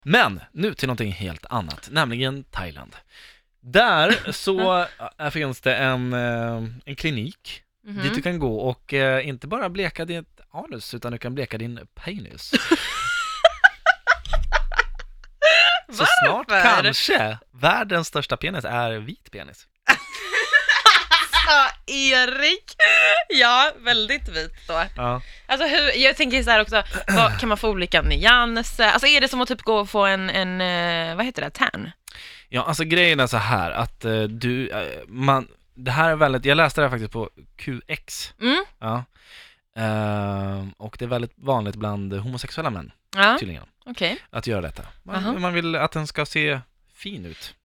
Men nu till någonting helt annat, nämligen Thailand. Där så finns det en klinik dit du kan gå och inte bara bleka ditt anus utan du kan bleka din penis. Så snart kanske världens största penis är vit penis. Erik. Ja, väldigt vit då. Ja. Alltså jag tänker så här också, kan man få olika nyanser? Alltså är det som att typ gå och få en vad heter det, tan? Ja, alltså grejen är så här att det här är väldigt, jag läste det här faktiskt på QX. Ja. Och det är väldigt vanligt bland homosexuella män, tydligen, okej. att göra detta. Man vill att den ska se fin ut.